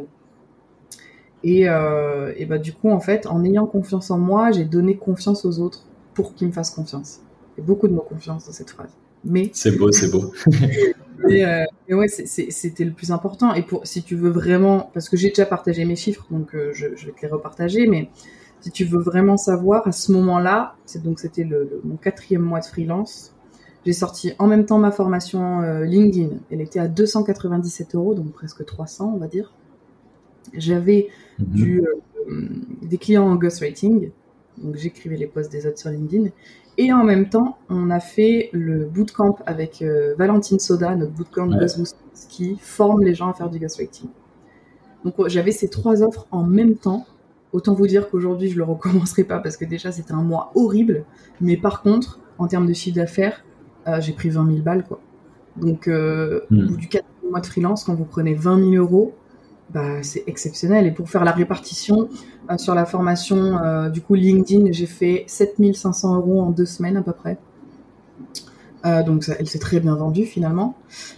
Et bah du coup, en fait, en ayant confiance en moi, j'ai donné confiance aux autres pour qu'ils me fassent confiance. Il y a beaucoup de mots confiance dans cette phrase. Mais c'est beau. Mais ouais, c'était le plus important. Et si tu veux vraiment, parce que j'ai déjà partagé mes chiffres, donc je vais te les repartager, mais si tu veux vraiment savoir, à ce moment-là, c'était mon 4e mois de freelance, j'ai sorti en même temps ma formation LinkedIn. Elle était à 297 €, donc presque 300, on va dire. J'avais des clients en ghostwriting, donc j'écrivais les posts des autres sur LinkedIn. Et en même temps, on a fait le bootcamp avec Valentine Soda, notre bootcamp Ghostboost, qui forme les gens à faire du ghostwriting. Donc j'avais ces 3 offres en même temps. Autant vous dire qu'aujourd'hui, je le recommencerai pas parce que déjà, c'était un mois horrible. Mais par contre, en termes de chiffre d'affaires, j'ai pris 20 000 balles, quoi. Donc, au bout du 4e mois de freelance, quand vous prenez 20 000 €, bah, c'est exceptionnel. Et pour faire la répartition sur la formation du coup LinkedIn, j'ai fait 7 500 € en 2 semaines à peu près. Donc elle s'est très bien vendue finalement.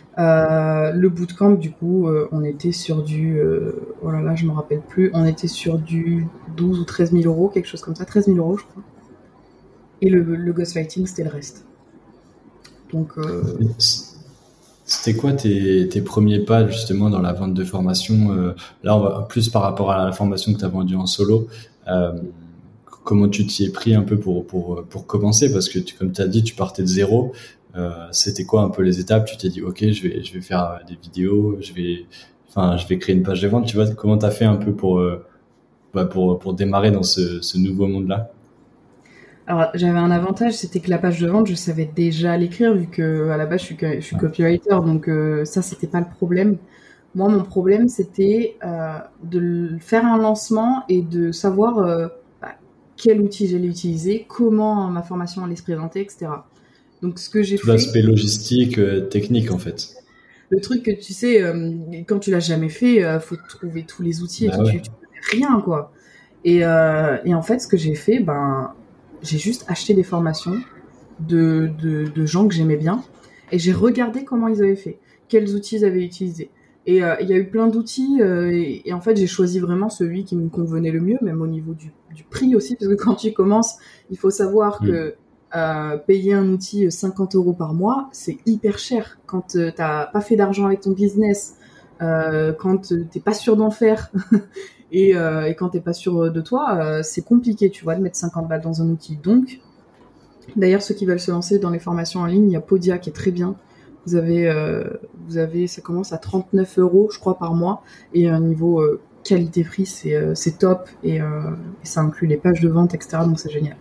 Le bootcamp, du coup, on était sur du... oh là là, je me rappelle plus. On était sur du 12 ou 13 000 €, quelque chose comme ça. 13 000 €, je crois. Et le ghostwriting, c'était le reste. Donc... C'était quoi tes premiers pas justement dans la vente de formation là, on va plus par rapport à la formation que tu as vendue en solo. Comment tu t'y es pris un peu pour commencer, parce que comme tu as dit, tu partais de zéro. C'était quoi un peu les étapes? Tu t'es dit ok, je vais faire des vidéos, je vais créer une page de vente. Tu vois, comment tu as fait un peu pour démarrer dans ce nouveau monde-là? Alors, j'avais un avantage, c'était que la page de vente, je savais déjà l'écrire, vu que à la base, je suis copywriter, donc ça, c'était pas le problème. Moi, mon problème, c'était de faire un lancement et de savoir quel outil j'allais utiliser, comment ma formation allait se présenter, etc. Donc, ce que j'ai fait... Tout l'aspect logistique, technique, en fait. Le truc que tu sais, quand tu l'as jamais fait, faut trouver tous les outils et tout, tu fais rien, quoi. Et en fait, ce que j'ai fait, j'ai juste acheté des formations de gens que j'aimais bien et j'ai regardé comment ils avaient fait, quels outils ils avaient utilisés. Et il y a eu plein d'outils et en fait, j'ai choisi vraiment celui qui me convenait le mieux, même au niveau du prix aussi, parce que quand tu commences, il faut savoir que payer un outil 50 € par mois, c'est hyper cher quand t'as pas fait d'argent avec ton business, quand t'es pas sûr d'en faire et quand t'es pas sûr de toi, c'est compliqué, tu vois, de mettre 50 balles dans un outil. Donc, d'ailleurs, ceux qui veulent se lancer dans les formations en ligne, il y a Podia qui est très bien. Vous avez, ça commence à 39 €, je crois, par mois, et un niveau qualité-prix, c'est top, et ça inclut les pages de vente, etc. Donc c'est génial.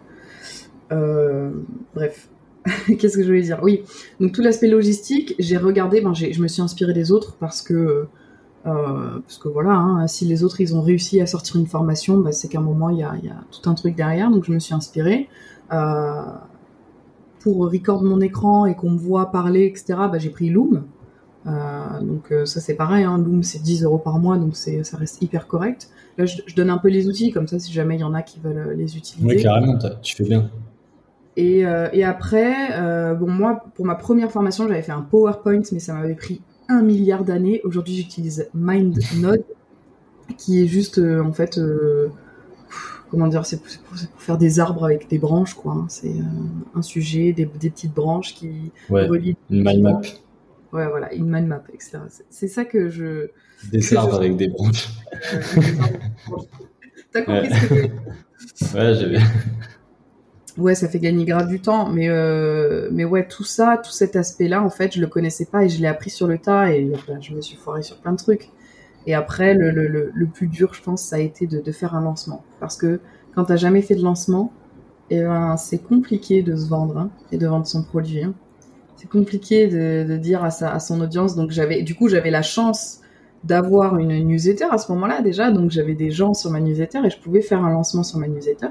Bref, qu'est-ce que je voulais dire? Oui, donc tout l'aspect logistique, j'ai regardé, je me suis inspirée des autres parce que voilà, hein, si les autres ils ont réussi à sortir une formation, c'est qu'à un moment il y a tout un truc derrière, donc je me suis inspirée. Pour record mon écran et qu'on me voit parler, etc., j'ai pris Loom. Donc ça c'est pareil, hein, Loom c'est 10 € par mois, donc ça reste hyper correct. Là je donne un peu les outils, comme ça si jamais il y en a qui veulent les utiliser. Oui, carrément, tu fais bien. Et après, moi pour ma première formation j'avais fait un PowerPoint, mais ça m'avait pris 1 milliard d'années. Aujourd'hui j'utilise MindNode, qui est juste en fait... comment dire, c'est pour faire des arbres avec des branches, quoi. C'est un sujet, des petites branches qui relient. Une mind map. Ouais, voilà, une mind map, etc. C'est ça Des arbres avec des branches. T'as compris Ouais, ce que je veux dire. ouais, j'avais. Ouais, ça fait gagner grave du temps, mais ouais, tout ça, tout cet aspect-là, en fait, je le connaissais pas et je l'ai appris sur le tas et ben, je me suis foirée sur plein de trucs. Et après, le plus dur, je pense, ça a été de faire un lancement. Parce que quand t'as jamais fait de lancement, eh ben, c'est compliqué de se vendre, hein, et de vendre son produit, hein. C'est compliqué de dire à son audience. Donc j'avais la chance d'avoir une newsletter à ce moment-là déjà. Donc j'avais des gens sur ma newsletter et je pouvais faire un lancement sur ma newsletter.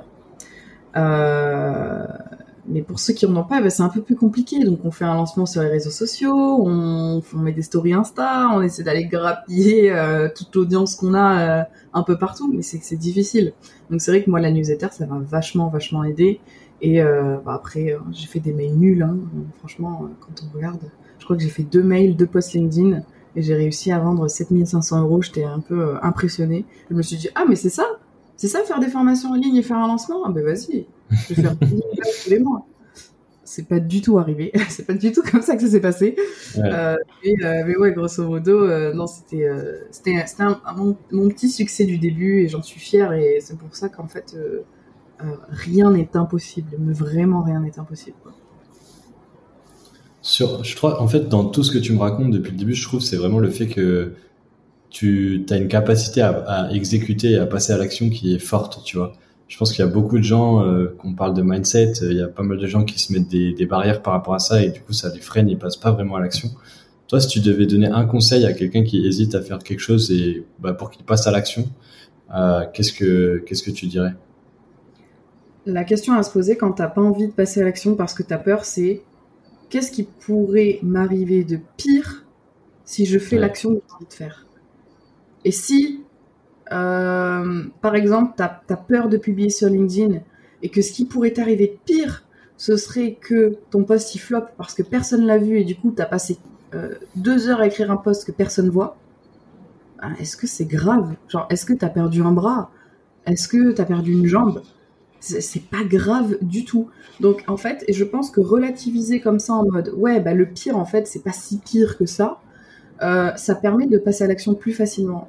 Euh, mais pour ceux qui en ont pas, ben, c'est un peu plus compliqué. Donc on fait un lancement sur les réseaux sociaux, on met des stories Insta, on essaie d'aller grappiller toute l'audience qu'on a un peu partout, mais c'est difficile. Donc c'est vrai que moi la newsletter ça m'a vachement aidé. Et bah après j'ai fait des mails nuls, hein. Franchement quand on regarde, je crois que j'ai fait 2 mails, 2 posts LinkedIn et j'ai réussi à vendre 7500 €. J'étais un peu impressionnée. Je me suis dit ah mais c'est ça, faire des formations en ligne et faire un lancement? Ah ben vas-y, je vais faire 10 000 balles tous les mois. C'est pas du tout arrivé. C'est pas du tout comme ça que ça s'est passé. Ouais. Mais ouais, grosso modo, non, c'était mon petit succès du début et j'en suis fière. Et c'est pour ça qu'en fait, rien n'est impossible. Mais vraiment, rien n'est impossible, quoi. Je crois, en fait, dans tout ce que tu me racontes depuis le début, je trouve, c'est vraiment le fait que tu as une capacité à exécuter et à passer à l'action qui est forte, tu vois. Je pense qu'il y a beaucoup de gens, qu'on parle de mindset, il y a pas mal de gens qui se mettent des barrières par rapport à ça et du coup, ça les freine, ils passent pas vraiment à l'action. Toi, si tu devais donner un conseil à quelqu'un qui hésite à faire quelque chose et bah, pour qu'il passe à l'action, qu'est-ce que tu dirais? La question à se poser quand t'as pas envie de passer à l'action parce que t'as peur, c'est qu'est-ce qui pourrait m'arriver de pire si je fais Ouais. l'action que j'ai envie de faire? Et si par exemple, t'as peur de publier sur LinkedIn et que ce qui pourrait t'arriver de pire, ce serait que ton post il floppe parce que personne l'a vu et du coup t'as passé 2 heures à écrire un post que personne voit. Est-ce que c'est grave? Genre, est-ce que t'as perdu un bras? Est-ce que t'as perdu une jambe? C'est pas grave du tout. Donc en fait, et je pense que relativiser comme ça en mode ouais bah le pire en fait c'est pas si pire que ça permet de passer à l'action plus facilement.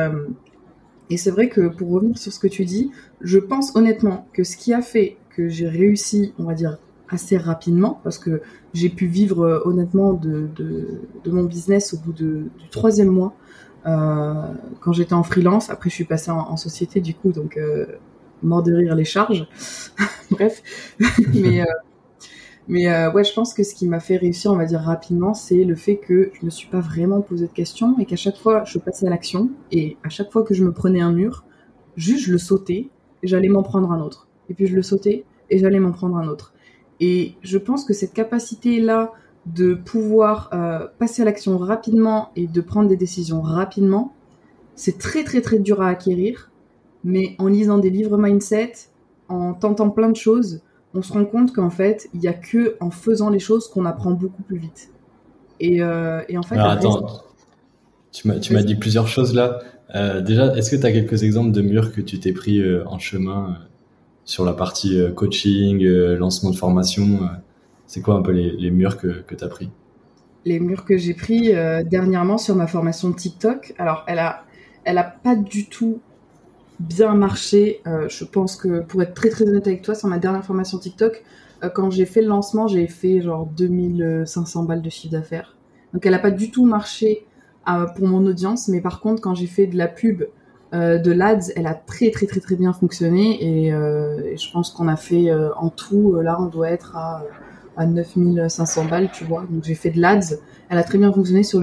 Et c'est vrai que pour revenir sur ce que tu dis, je pense honnêtement que ce qui a fait que j'ai réussi, on va dire, assez rapidement, parce que j'ai pu vivre honnêtement de mon business au bout du 3e mois, quand j'étais en freelance. Après, je suis passée en société du coup, donc mort de rire les charges. Bref, mais ouais, je pense que ce qui m'a fait réussir, on va dire rapidement, c'est le fait que je me suis pas vraiment posé de questions et qu'à chaque fois, je passais à l'action et à chaque fois que je me prenais un mur, juste je le sautais et j'allais m'en prendre un autre. Et puis je le sautais et j'allais m'en prendre un autre. Et je pense que cette capacité-là de pouvoir passer à l'action rapidement et de prendre des décisions rapidement, c'est très dur à acquérir, mais en lisant des livres mindset, en tentant plein de choses, on se rend compte qu'en fait, il y a que en faisant les choses qu'on apprend beaucoup plus vite. Et en fait, Alors attends, tu m'as dit plusieurs choses là. Déjà, est-ce que tu as quelques exemples de murs que tu t'es pris en chemin sur la partie coaching, lancement de formation c'est quoi un peu les murs que tu as pris? les murs que j'ai pris dernièrement sur ma formation de TikTok, alors elle a pas du tout bien marché. Je pense que pour être très honnête avec toi, sur ma dernière formation TikTok, quand j'ai fait le lancement, j'ai fait genre 2500 balles de chiffre d'affaires. Donc elle a pas du tout marché pour mon audience, mais par contre quand j'ai fait de la pub, de l'ADS, elle a très bien fonctionné et je pense qu'on a fait en tout, là on doit être à 9500 balles, tu vois. Donc j'ai fait de l'ADS, elle a très bien fonctionné sur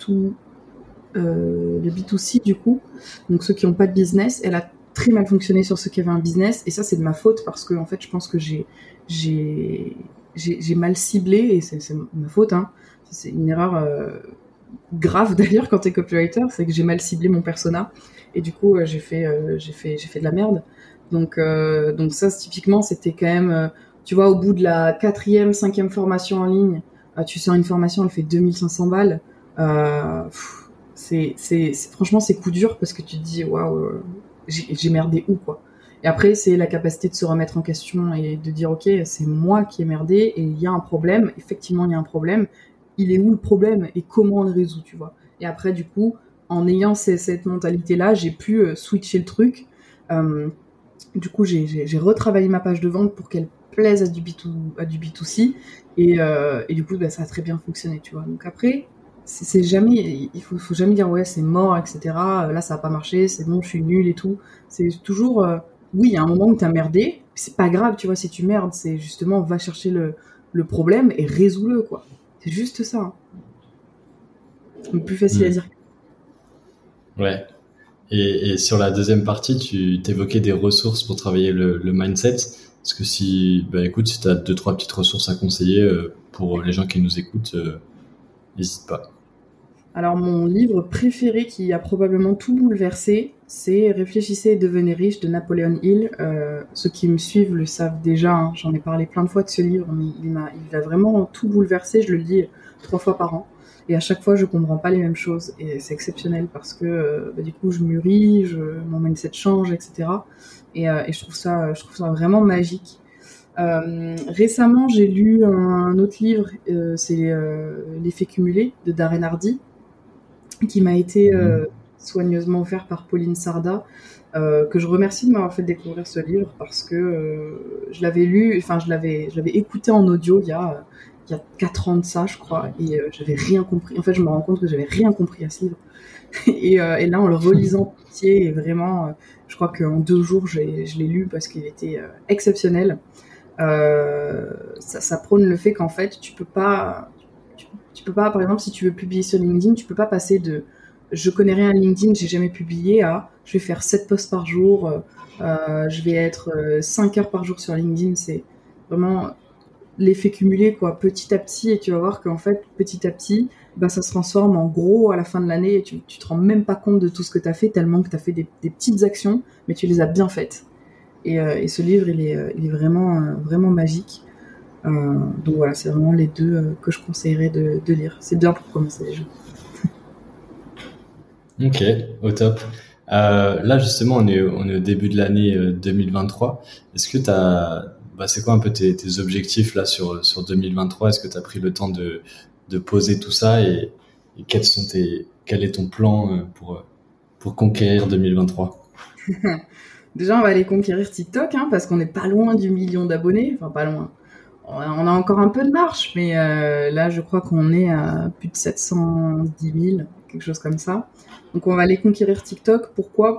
le B2C du coup, donc ceux qui n'ont pas de business. Elle a très mal fonctionné sur ceux qui avaient un business et ça c'est de ma faute parce que en fait je pense que j'ai mal ciblé et c'est ma faute, hein. C'est une erreur grave d'ailleurs quand t'es copywriter, c'est que j'ai mal ciblé mon persona et du coup j'ai fait de la merde. Donc ça typiquement c'était quand même tu vois, au bout de la 4e, 5e formation en ligne, tu sors une formation, elle fait 2500 balles. Franchement, c'est coup dur parce que tu te dis, waouh, j'ai merdé où, quoi. Et après, c'est la capacité de se remettre en question et de dire, ok, c'est moi qui ai merdé et il y a un problème. Effectivement, il y a un problème. il est où le problème et comment on le résout, tu vois. Et après, du coup, en ayant cette mentalité-là, j'ai pu switcher le truc. Euh, du coup, j'ai retravaillé ma page de vente pour qu'elle plaise à du B2C. Et du coup, bah, ça a très bien fonctionné, tu vois. Donc après, c'est jamais, faut jamais dire ouais, c'est mort, etc. Là, ça a pas marché, c'est bon, je suis nulle et tout. C'est toujours, oui, il y a un moment où t'as merdé. C'est pas grave, tu vois, si tu merdes, c'est justement, va chercher le problème et résous-le, quoi. C'est juste ça. Hein. C'est plus facile à dire. Ouais. Et sur la deuxième partie, tu t'évoquais des ressources pour travailler le mindset. Parce que écoute, si tu as deux, trois petites ressources à conseiller pour les gens qui nous écoutent, n'hésite pas. Alors, mon livre préféré qui a probablement tout bouleversé, c'est Réfléchissez et devenez riche de Napoléon Hill. Ceux qui me suivent le savent déjà, hein. J'en ai parlé plein de fois de ce livre, mais il a vraiment tout bouleversé. Je le lis 3 fois par an. Et à chaque fois, je comprends pas les mêmes choses. Et c'est exceptionnel parce que du coup, je mûris, mon mindset change, etc. Et je trouve ça vraiment magique. Récemment, j'ai lu un autre livre, c'est L'effet cumulé de Darren Hardy, qui m'a été soigneusement offert par Pauline Sarda, que je remercie de m'avoir fait découvrir ce livre parce que je l'avais lu, enfin je l'avais écouté en audio il y a 4 ans de ça, je crois, et j'avais rien compris. En fait, je me rends compte que j'avais rien compris à ce livre. Et là, en le relisant entier, et vraiment, je crois qu'en 2 jours, je l'ai lu parce qu'il était exceptionnel. Ça prône le fait qu'en fait, tu peux pas, par exemple, si tu veux publier sur LinkedIn, tu peux pas passer de je connais rien à LinkedIn, j'ai jamais publié à je vais faire 7 posts par jour, je vais être 5 heures par jour sur LinkedIn. C'est vraiment l'effet cumulé, quoi, petit à petit, et tu vas voir qu'en fait, petit à petit, bah, ça se transforme en gros à la fin de l'année, et tu te rends même pas compte de tout ce que tu as fait, tellement que tu as fait des petites actions, mais tu les as bien faites. Et ce livre, il est vraiment magique. Donc voilà, c'est vraiment les deux que je conseillerais de lire. C'est bien pour commencer déjà. Ok, au top. Là justement, on est au début de l'année 2023. Est-ce que c'est quoi un peu tes objectifs là sur 2023? Est-ce que tu as pris le temps de poser tout ça et quel est ton plan pour conquérir 2023? Déjà, on va aller conquérir TikTok, hein, parce qu'on n'est pas loin du million d'abonnés. Enfin, pas loin. On a encore un peu de marche, mais là, je crois qu'on est à plus de 710 000, quelque chose comme ça. Donc, on va aller conquérir TikTok. Pourquoi?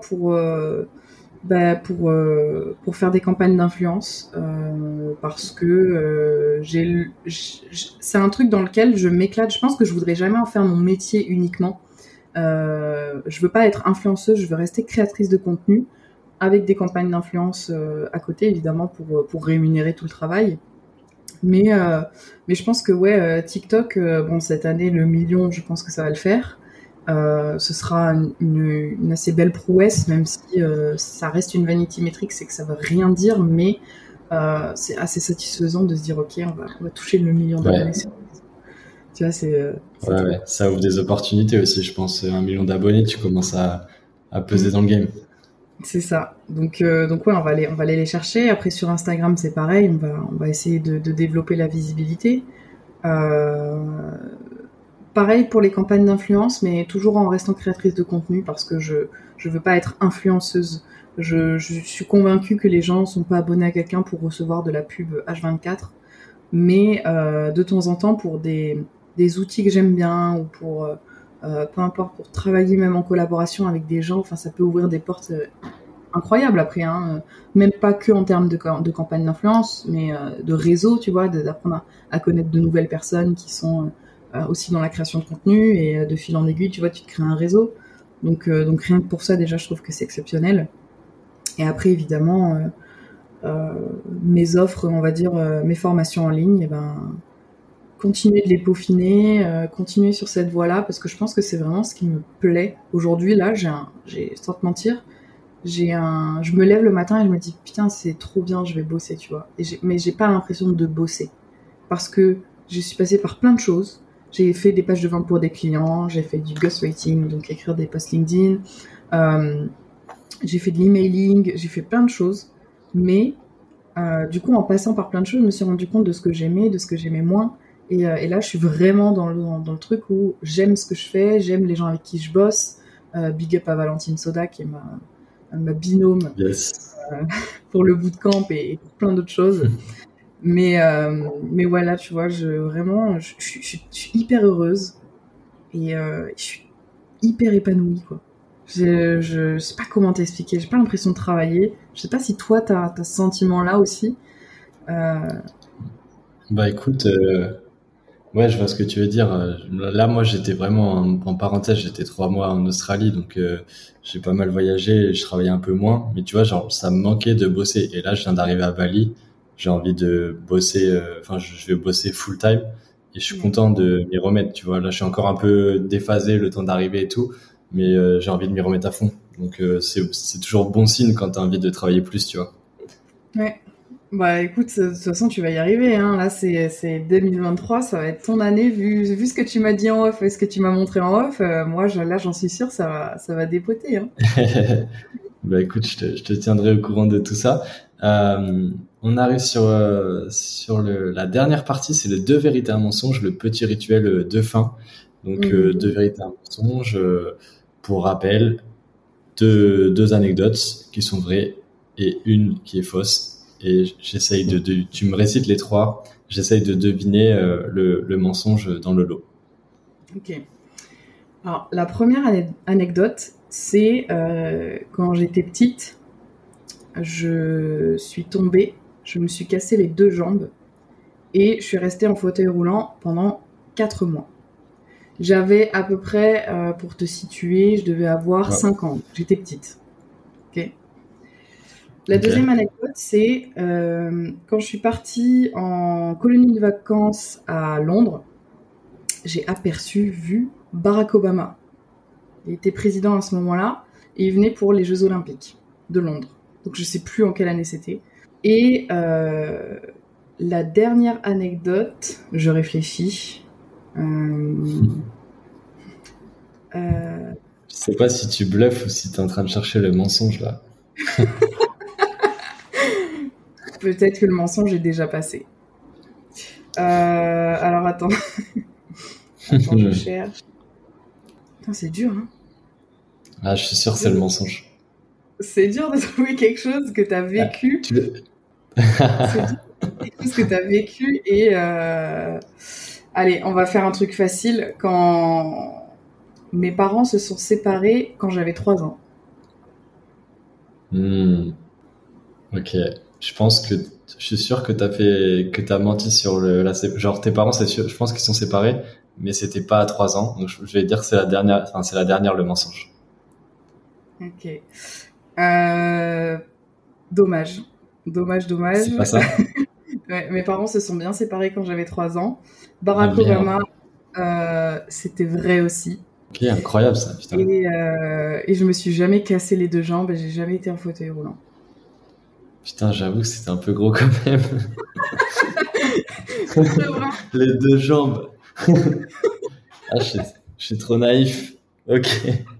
Pour faire des campagnes d'influence, parce que c'est un truc dans lequel je m'éclate. Je pense que je voudrais jamais en faire mon métier uniquement. Je veux pas être influenceuse, je veux rester créatrice de contenu avec des campagnes d'influence à côté, évidemment, pour rémunérer tout le travail. Mais je pense que TikTok, bon, cette année, le million, je pense que ça va le faire. Ce sera une assez belle prouesse, même si ça reste une vanity metric, c'est que ça veut rien dire, mais c'est assez satisfaisant de se dire ok, on va toucher le million d'abonnés. Tu vois, c'est ouais, ça ouvre des opportunités aussi, je pense. 1 million d'abonnés, tu commences à peser dans le game. C'est ça. Donc ouais, on va aller les chercher. Après sur Instagram, c'est pareil. On va essayer de développer la visibilité. Pareil pour les campagnes d'influence, mais toujours en restant créatrice de contenu parce que je veux pas être influenceuse. Je suis convaincue que les gens sont pas abonnés à quelqu'un pour recevoir de la pub H24, mais de temps en temps pour des outils que j'aime bien ou pour peu importe, pour travailler même en collaboration avec des gens. Enfin, ça peut ouvrir des portes incroyables après, hein. Même pas que en termes de campagne d'influence, mais de réseau, tu vois, d'apprendre à connaître de nouvelles personnes qui sont aussi dans la création de contenu, et de fil en aiguille, tu vois, tu te crées un réseau. Donc rien que pour ça, déjà, je trouve que c'est exceptionnel. Et après, évidemment, mes offres, on va dire, mes formations en ligne, et ben, continuer de les peaufiner, continuer sur cette voie-là, parce que je pense que c'est vraiment ce qui me plaît. Aujourd'hui, là, sans te mentir, je me lève le matin et je me dis, putain, c'est trop bien, je vais bosser, tu vois. Mais j'ai pas l'impression de bosser. Parce que je suis passée par plein de choses. J'ai fait des pages de vente pour des clients, j'ai fait du ghostwriting, donc écrire des posts LinkedIn, j'ai fait de l'emailing, j'ai fait plein de choses. Mais du coup, en passant par plein de choses, je me suis rendu compte de ce que j'aimais, de ce que j'aimais moins. Et là, je suis vraiment dans le truc où j'aime ce que je fais, j'aime les gens avec qui je bosse. Big up à Valentine Soda, qui est ma binôme Yes. pour le bootcamp et pour plein d'autres choses. Mais voilà, tu vois, je suis hyper heureuse et je suis hyper épanouie, quoi. Je sais pas comment t'expliquer, j'ai pas l'impression de travailler. Je sais pas si toi t'as ce sentiment-là aussi. Bah écoute, ouais, je vois ce que tu veux dire. Là, moi, j'étais vraiment en parenthèse, j'étais 3 mois en Australie, donc j'ai pas mal voyagé, je travaillais un peu moins, mais tu vois, genre, ça me manquait de bosser. Et là, je viens d'arriver à Bali, j'ai envie de bosser, enfin, je vais bosser full time, et je suis content de m'y remettre. Tu vois, là, je suis encore un peu déphasé, le temps d'arriver et tout, mais j'ai envie de m'y remettre à fond. Donc c'est toujours bon signe quand t'as envie de travailler plus, tu vois. Ouais. Bah écoute, de toute façon tu vas y arriver, hein. Là c'est 2023, ça va être ton année vu ce que tu m'as dit en off et ce que tu m'as montré en off. Moi là j'en suis sûre, ça va dépoter, hein. Bah écoute, je te tiendrai au courant de tout ça. On arrive sur la dernière partie, c'est le deux vérités un mensonge, le petit rituel de fin. Donc deux vérités un mensonge. Pour rappel, deux anecdotes qui sont vraies et une qui est fausse. Et j'essaye tu me récites les trois, j'essaye de deviner le mensonge dans le lot. Ok. Alors, la première anecdote, c'est quand j'étais petite, je suis tombée, je me suis cassé les 2 jambes et je suis restée en fauteuil roulant pendant 4 mois. J'avais à peu près, pour te situer, je devais avoir 5 ans. J'étais petite. Ok. La deuxième anecdote, c'est quand je suis partie en colonie de vacances à Londres, j'ai vu Barack Obama. Il était président à ce moment-là et il venait pour les Jeux Olympiques de Londres. Donc je sais plus en quelle année c'était. Et la dernière anecdote, je réfléchis. Je sais pas si tu bluffes ou si t'es en train de chercher le mensonge là. Peut-être que le mensonge est déjà passé. Alors attends. Attends, je cherche. Putain, c'est dur, hein. Ah, je suis sûr que c'est le mensonge. C'est dur de trouver quelque chose que t'as vécu. C'est dur quelque chose que t'as vécu et... Allez, on va faire un truc facile. Quand mes parents se sont séparés quand j'avais 3 ans. Ok. Je suis sûr que t'as menti sur genre tes parents, c'est sûr, je pense qu'ils sont séparés, mais c'était pas à 3 ans. Donc je vais dire que c'est la dernière le mensonge. Ok. Dommage. C'est pas ça? Ouais, mes parents se sont bien séparés quand j'avais 3 ans. Barack Obama, c'était vrai aussi. Ok, incroyable ça, putain. Et je me suis jamais cassé les 2 jambes et j'ai jamais été en fauteuil roulant. Putain, j'avoue que c'était un peu gros quand même. Les 2 jambes. Ah, je suis trop naïf. Ok.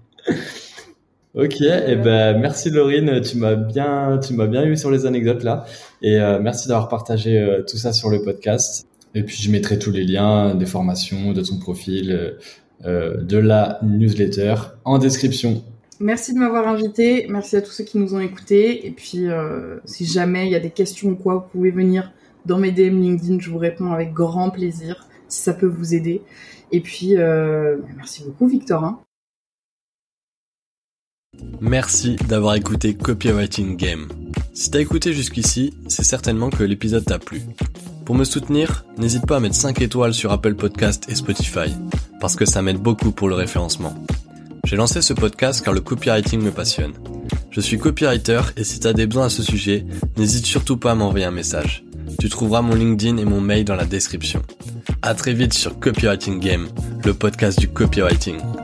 Ok, et ben merci Laurine, tu m'as bien eu sur les anecdotes là, et merci d'avoir partagé tout ça sur le podcast. Et puis je mettrai tous les liens des formations, de ton profil, de la newsletter en description. Merci de m'avoir invité, merci à tous ceux qui nous ont écoutés, et puis si jamais il y a des questions ou quoi, vous pouvez venir dans mes DM LinkedIn, je vous réponds avec grand plaisir si ça peut vous aider. Et puis merci beaucoup Victor, hein. Merci d'avoir écouté Copywriting Game. Si t'as écouté jusqu'ici, c'est certainement que l'épisode t'a plu. Pour me soutenir, n'hésite pas à mettre 5 étoiles sur Apple Podcast et Spotify, parce que ça m'aide beaucoup pour le référencement. J'ai lancé ce podcast car le copywriting me passionne. Je suis copywriter et si t'as des besoins à ce sujet, n'hésite surtout pas à m'envoyer un message. Tu trouveras mon LinkedIn et mon mail dans la description. À très vite sur Copywriting Game, le podcast du copywriting.